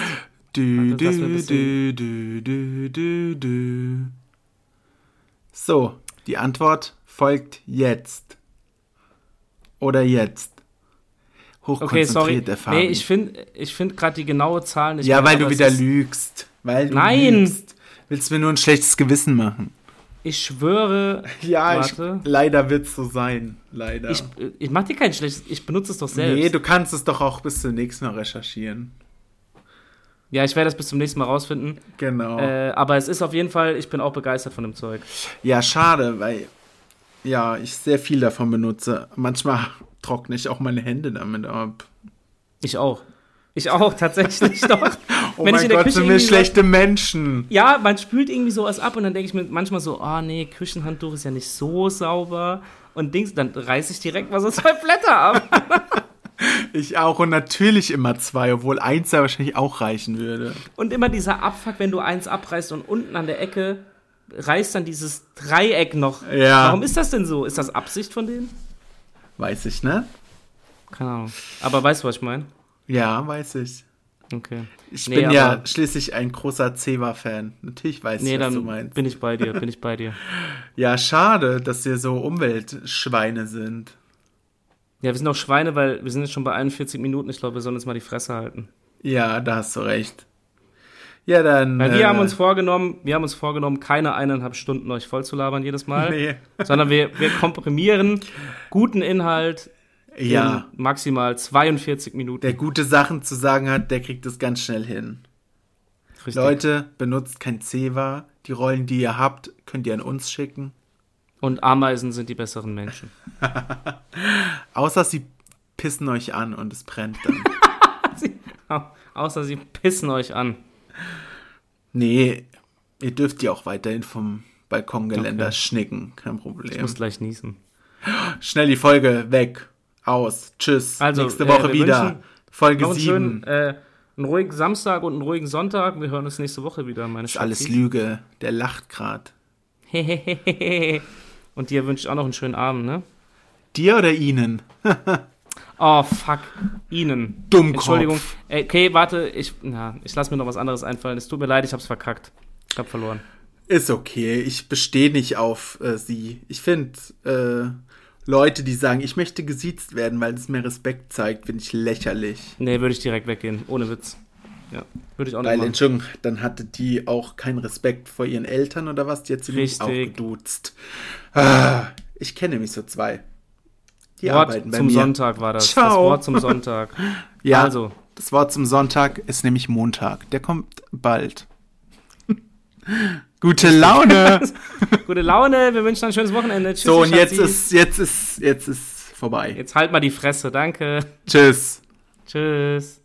So, die Antwort folgt jetzt. Oder jetzt. Okay, sorry. Erfahren. Nee, ich find gerade die genaue Zahl nicht mehr. Ja, weil du wieder lügst. Nein! Willst du mir nur ein schlechtes Gewissen machen? Ich schwöre. Ja, leider wird es so sein. Leider. Ich mach dir kein schlechtes. Ich benutze es doch selbst. Nee, du kannst es doch auch bis zum nächsten Mal recherchieren. Ja, ich werde das bis zum nächsten Mal rausfinden. Genau. Aber es ist auf jeden Fall, ich bin auch begeistert von dem Zeug. Ja, schade, weil ich sehr viel davon benutze. Manchmal trockne ich auch meine Hände damit ab. Ich auch, tatsächlich doch. Oh mein Gott, sind wir schlechte Menschen. Ja, man spült irgendwie sowas ab und dann denke ich mir manchmal so, nee, Küchenhandtuch ist ja nicht so sauber. Und dann reiße ich direkt mal so 2 Blätter ab. Ich auch und natürlich immer 2, obwohl 1 ja wahrscheinlich auch reichen würde. Und immer dieser Abfuck, wenn du 1 abreißt und unten an der Ecke reißt dann dieses Dreieck noch. Ja. Warum ist das denn so? Ist das Absicht von denen? Weiß ich, ne? Keine Ahnung. Aber weißt du, was ich meine? Ja, weiß ich. Okay. Ich bin ja schließlich ein großer Zewa-Fan. Natürlich weiß ich, was du meinst. Bin ich bei dir. Ja, schade, dass wir so Umweltschweine sind. Ja, wir sind auch Schweine, weil wir sind jetzt schon bei 41 Minuten. Ich glaube, wir sollen uns mal die Fresse halten. Ja, da hast du recht. Ja, dann... Weil wir haben uns vorgenommen, keine 1,5 Stunden euch voll zu labern jedes Mal. Nee. Sondern wir komprimieren guten Inhalt in maximal 42 Minuten. Der gute Sachen zu sagen hat, der kriegt es ganz schnell hin. Richtig. Leute, benutzt kein Zewa. Die Rollen, die ihr habt, könnt ihr an uns schicken. Und Ameisen sind die besseren Menschen. Außer sie pissen euch an und es brennt dann. Außer sie pissen euch an. Nee, ihr dürft ja auch weiterhin vom Balkongeländer schnicken. Kein Problem. Ich muss gleich niesen. Schnell die Folge weg. Aus. Tschüss. Also, nächste Woche wieder. Folge 7. Einen ruhigen Samstag und einen ruhigen Sonntag. Wir hören uns nächste Woche wieder, meine Schatz. Alles Lüge. Der lacht gerade. Und dir wünsche ich auch noch einen schönen Abend, ne? Dir oder Ihnen? Oh, fuck. Ihnen. Dummkopf. Entschuldigung. Okay, warte. Ich lasse mir noch was anderes einfallen. Es tut mir leid, ich hab's verkackt. Ich hab verloren. Ist okay. Ich bestehe nicht auf Sie. Ich finde, Leute, die sagen, ich möchte gesiezt werden, weil es mir Respekt zeigt, finde ich lächerlich. Nee, würde ich direkt weggehen. Ohne Witz. Ja, würde ich auch nicht machen. Entschuldigung, dann hatte die auch keinen Respekt vor ihren Eltern oder was? Die hat sie nämlich auch geduzt. Ich kenne nämlich so 2. Die arbeiten bei mir. Wort zum Sonntag war das. Ciao. Das Wort zum Sonntag. Ja, also. Das Wort zum Sonntag ist nämlich Montag. Der kommt bald. Gute Laune. Gute Laune. Wir wünschen ein schönes Wochenende. Tschüss. So, und jetzt ist vorbei. Jetzt halt mal die Fresse. Danke. Tschüss. Tschüss.